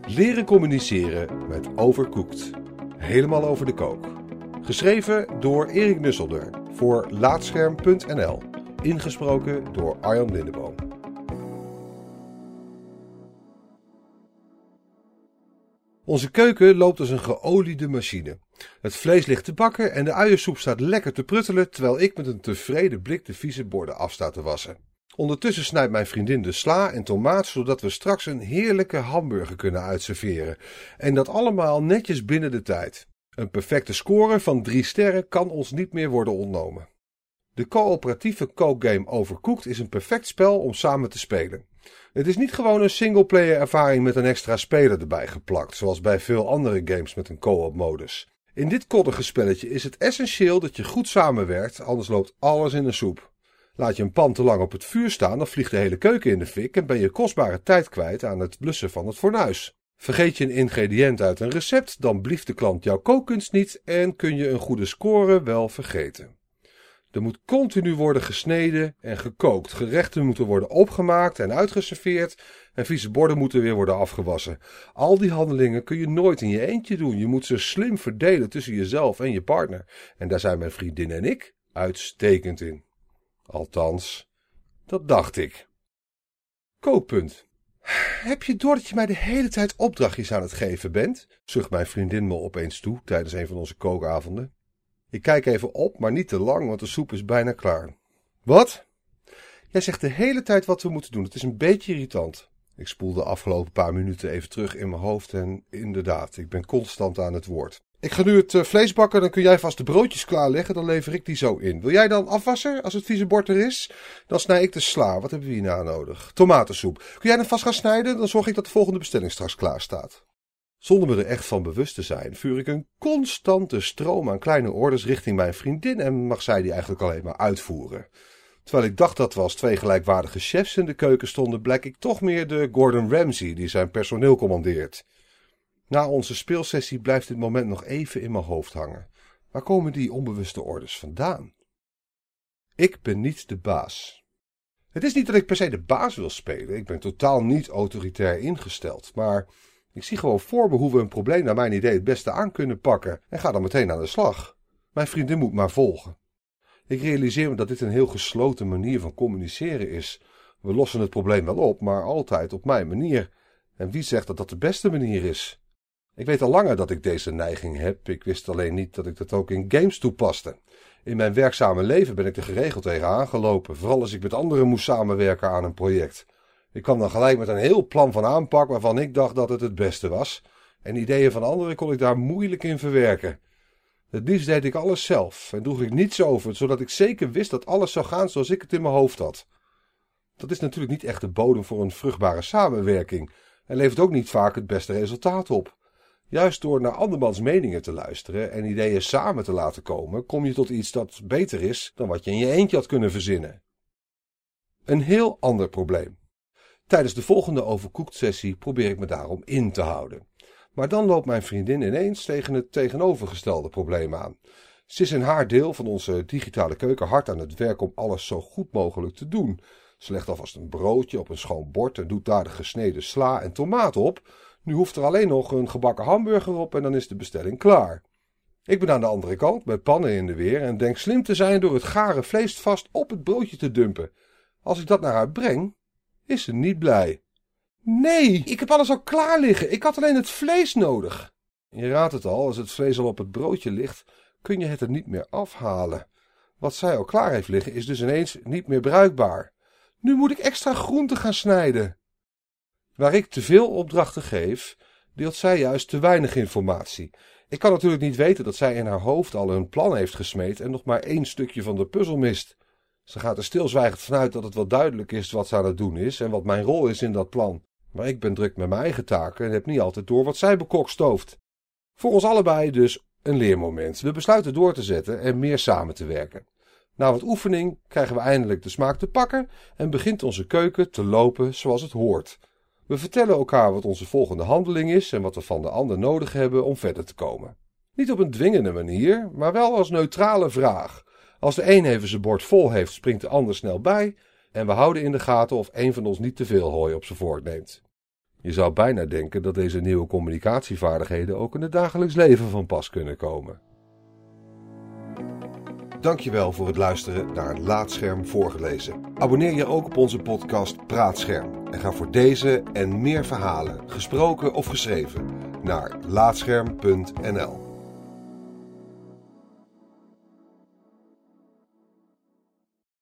Leren communiceren met Overcooked. Helemaal over de kook. Geschreven door Erik Nusselder voor Laatscherm.nl. Ingesproken door Arjan Lindeboom. Onze keuken loopt als een geoliede machine. Het vlees ligt te bakken en de uiensoep staat lekker te pruttelen, terwijl ik met een tevreden blik de vieze borden af sta te wassen. Ondertussen snijdt mijn vriendin de sla en tomaat, zodat we straks een heerlijke hamburger kunnen uitserveren. En dat allemaal netjes binnen de tijd. Een perfecte score van 3 sterren kan ons niet meer worden ontnomen. De coöperatieve kookgame Overcooked is een perfect spel om samen te spelen. Het is niet gewoon een singleplayer ervaring met een extra speler erbij geplakt, zoals bij veel andere games met een co-op modus. In dit koddige spelletje is het essentieel dat je goed samenwerkt, anders loopt alles in de soep. Laat je een pan te lang op het vuur staan, dan vliegt de hele keuken in de fik en ben je kostbare tijd kwijt aan het blussen van het fornuis. Vergeet je een ingrediënt uit een recept, dan blieft de klant jouw kookkunst niet en kun je een goede score wel vergeten. Er moet continu worden gesneden en gekookt. Gerechten moeten worden opgemaakt en uitgeserveerd en vieze borden moeten weer worden afgewassen. Al die handelingen kun je nooit in je eentje doen. Je moet ze slim verdelen tussen jezelf en je partner. En daar zijn mijn vriendin en ik uitstekend in. Althans, dat dacht ik. Kookpunt. Heb je door dat je mij de hele tijd opdrachtjes aan het geven bent? Zucht mijn vriendin me opeens toe tijdens een van onze kookavonden. Ik kijk even op, maar niet te lang, want de soep is bijna klaar. Wat? Jij zegt de hele tijd wat we moeten doen. Het is een beetje irritant. Ik spoel de afgelopen paar minuten even terug in mijn hoofd en inderdaad, ik ben constant aan het woord. Ik ga nu het vlees bakken, dan kun jij vast de broodjes klaarleggen, dan lever ik die zo in. Wil jij dan afwassen als het vieze bord er is? Dan snij ik de sla. Wat hebben we hierna nodig? Tomatensoep. Kun jij dan vast gaan snijden? Dan zorg ik dat de volgende bestelling straks klaar staat. Zonder me er echt van bewust te zijn, vuur ik een constante stroom aan kleine orders richting mijn vriendin en mag zij die eigenlijk alleen maar uitvoeren. Terwijl ik dacht dat we als 2 gelijkwaardige chefs in de keuken stonden, blijk ik toch meer de Gordon Ramsay die zijn personeel commandeert. Na onze speelsessie blijft dit moment nog even in mijn hoofd hangen. Waar komen die onbewuste orders vandaan? Ik ben niet de baas. Het is niet dat ik per se de baas wil spelen, ik ben totaal niet autoritair ingesteld, maar ik zie gewoon voor me hoe we een probleem naar mijn idee het beste aan kunnen pakken en ga dan meteen aan de slag. Mijn vriendin moet maar volgen. Ik realiseer me dat dit een heel gesloten manier van communiceren is. We lossen het probleem wel op, maar altijd op mijn manier. En wie zegt dat dat de beste manier is? Ik weet al langer dat ik deze neiging heb, ik wist alleen niet dat ik dat ook in games toepaste. In mijn werkzame leven ben ik er geregeld tegen aangelopen, vooral als ik met anderen moest samenwerken aan een project. Ik kwam dan gelijk met een heel plan van aanpak waarvan ik dacht dat het het beste was. En ideeën van anderen kon ik daar moeilijk in verwerken. Het liefst deed ik alles zelf en droeg ik niets over, zodat ik zeker wist dat alles zou gaan zoals ik het in mijn hoofd had. Dat is natuurlijk niet echt de bodem voor een vruchtbare samenwerking en levert ook niet vaak het beste resultaat op. Juist door naar andermans meningen te luisteren en ideeën samen te laten komen, kom je tot iets dat beter is dan wat je in je eentje had kunnen verzinnen. Een heel ander probleem. Tijdens de volgende Overcooked sessie probeer ik me daarom in te houden. Maar dan loopt mijn vriendin ineens tegen het tegenovergestelde probleem aan. Ze is in haar deel van onze digitale keuken hard aan het werk om alles zo goed mogelijk te doen. Ze legt alvast een broodje op een schoon bord en doet daar de gesneden sla en tomaat op. Nu hoeft er alleen nog een gebakken hamburger op en dan is de bestelling klaar. Ik ben aan de andere kant met pannen in de weer en denk slim te zijn door het gare vlees vast op het broodje te dumpen. Als ik dat naar haar breng, is ze niet blij. Nee, ik heb alles al klaar liggen. Ik had alleen het vlees nodig. Je raadt het al, als het vlees al op het broodje ligt, kun je het er niet meer afhalen. Wat zij al klaar heeft liggen is dus ineens niet meer bruikbaar. Nu moet ik extra groenten gaan snijden. Waar ik te veel opdrachten geef, deelt zij juist te weinig informatie. Ik kan natuurlijk niet weten dat zij in haar hoofd al een plan heeft gesmeed en nog maar 1 stukje van de puzzel mist. Ze gaat er stilzwijgend vanuit dat het wel duidelijk is wat ze aan het doen is en wat mijn rol is in dat plan. Maar ik ben druk met mijn eigen taken en heb niet altijd door wat zij bekokstooft. Voor ons allebei dus een leermoment. We besluiten door te zetten en meer samen te werken. Na wat oefening krijgen we eindelijk de smaak te pakken en begint onze keuken te lopen zoals het hoort. We vertellen elkaar wat onze volgende handeling is en wat we van de ander nodig hebben om verder te komen. Niet op een dwingende manier, maar wel als neutrale vraag. Als de een even zijn bord vol heeft, springt de ander snel bij en we houden in de gaten of een van ons niet te veel hooi op zijn vork neemt. Je zou bijna denken dat deze nieuwe communicatievaardigheden ook in het dagelijks leven van pas kunnen komen. Dankjewel voor het luisteren naar Laatscherm voorgelezen. Abonneer je ook op onze podcast Praatscherm en ga voor deze en meer verhalen, gesproken of geschreven, naar laatscherm.nl.